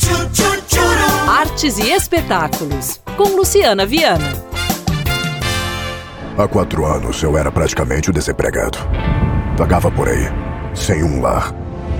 Artes e espetáculos, com Luciana Viana. Há 4 anos eu era praticamente o desempregado. Vagava por aí, sem um lar.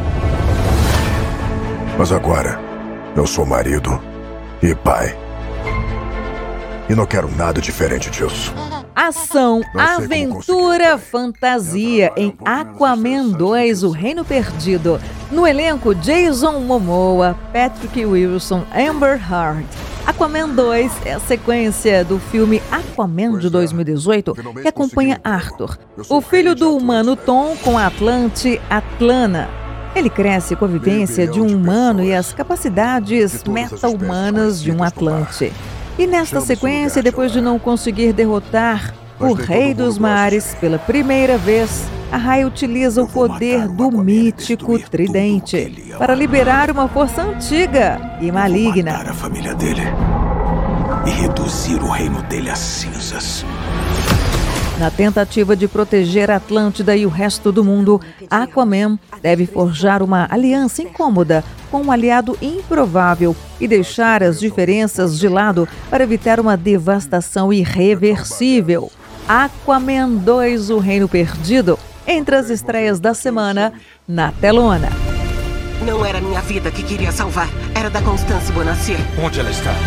Mas agora, eu sou marido e pai. E não quero nada diferente disso. Ação, aventura, fantasia em Aquaman 2, O Reino Perdido. No elenco, Jason Momoa, Patrick Wilson, Amber Heard. Aquaman 2 é a sequência do filme Aquaman de 2018, que acompanha Arthur, o filho do humano Tom com a Atlante Atlana. Ele cresce com a vivência de um humano e as capacidades meta-humanas de um Atlante. E nesta sequência, depois de não conseguir derrotar o Rei dos Mares pela primeira vez, a Raya utiliza o poder do mítico tridente para liberar uma força antiga e maligna. Matar a família dele e reduzir o reino dele a cinzas. Na tentativa de proteger a Atlântida e o resto do mundo, Aquaman deve forjar uma aliança incômoda com um aliado improvável e deixar as diferenças de lado para evitar uma devastação irreversível. Aquaman 2, O Reino Perdido, entre as estreias da semana na telona. Não era minha vida que queria salvar, era da Constance Bonacieux. Onde ela está?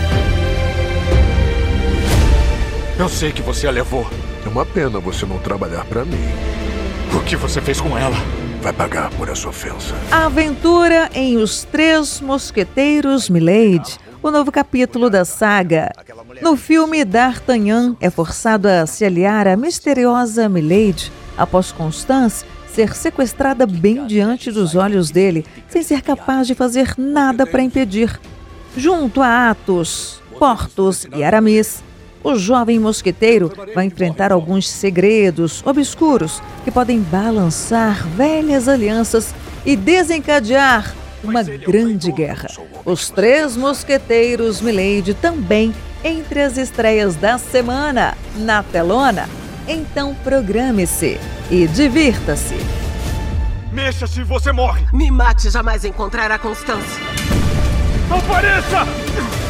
Eu sei que você a levou. É uma pena você não trabalhar pra mim. O que você fez com ela? Vai pagar por essa ofensa. Aventura em Os Três Mosqueteiros Milady, o novo capítulo da saga. No filme, D'Artagnan é forçado a se aliar à misteriosa Milady após Constance ser sequestrada bem diante dos olhos dele, sem ser capaz de fazer nada para impedir. Junto a Athos, Porthos e Aramis, o jovem mosqueteiro vai enfrentar alguns segredos obscuros que podem balançar velhas alianças e desencadear uma grande guerra. Os Três Mosqueteiros Milady também entre as estreias da semana na telona. Então programe-se e divirta-se. Mexa-se e você morre! Me mate, jamais encontrar a Constance. Apareça!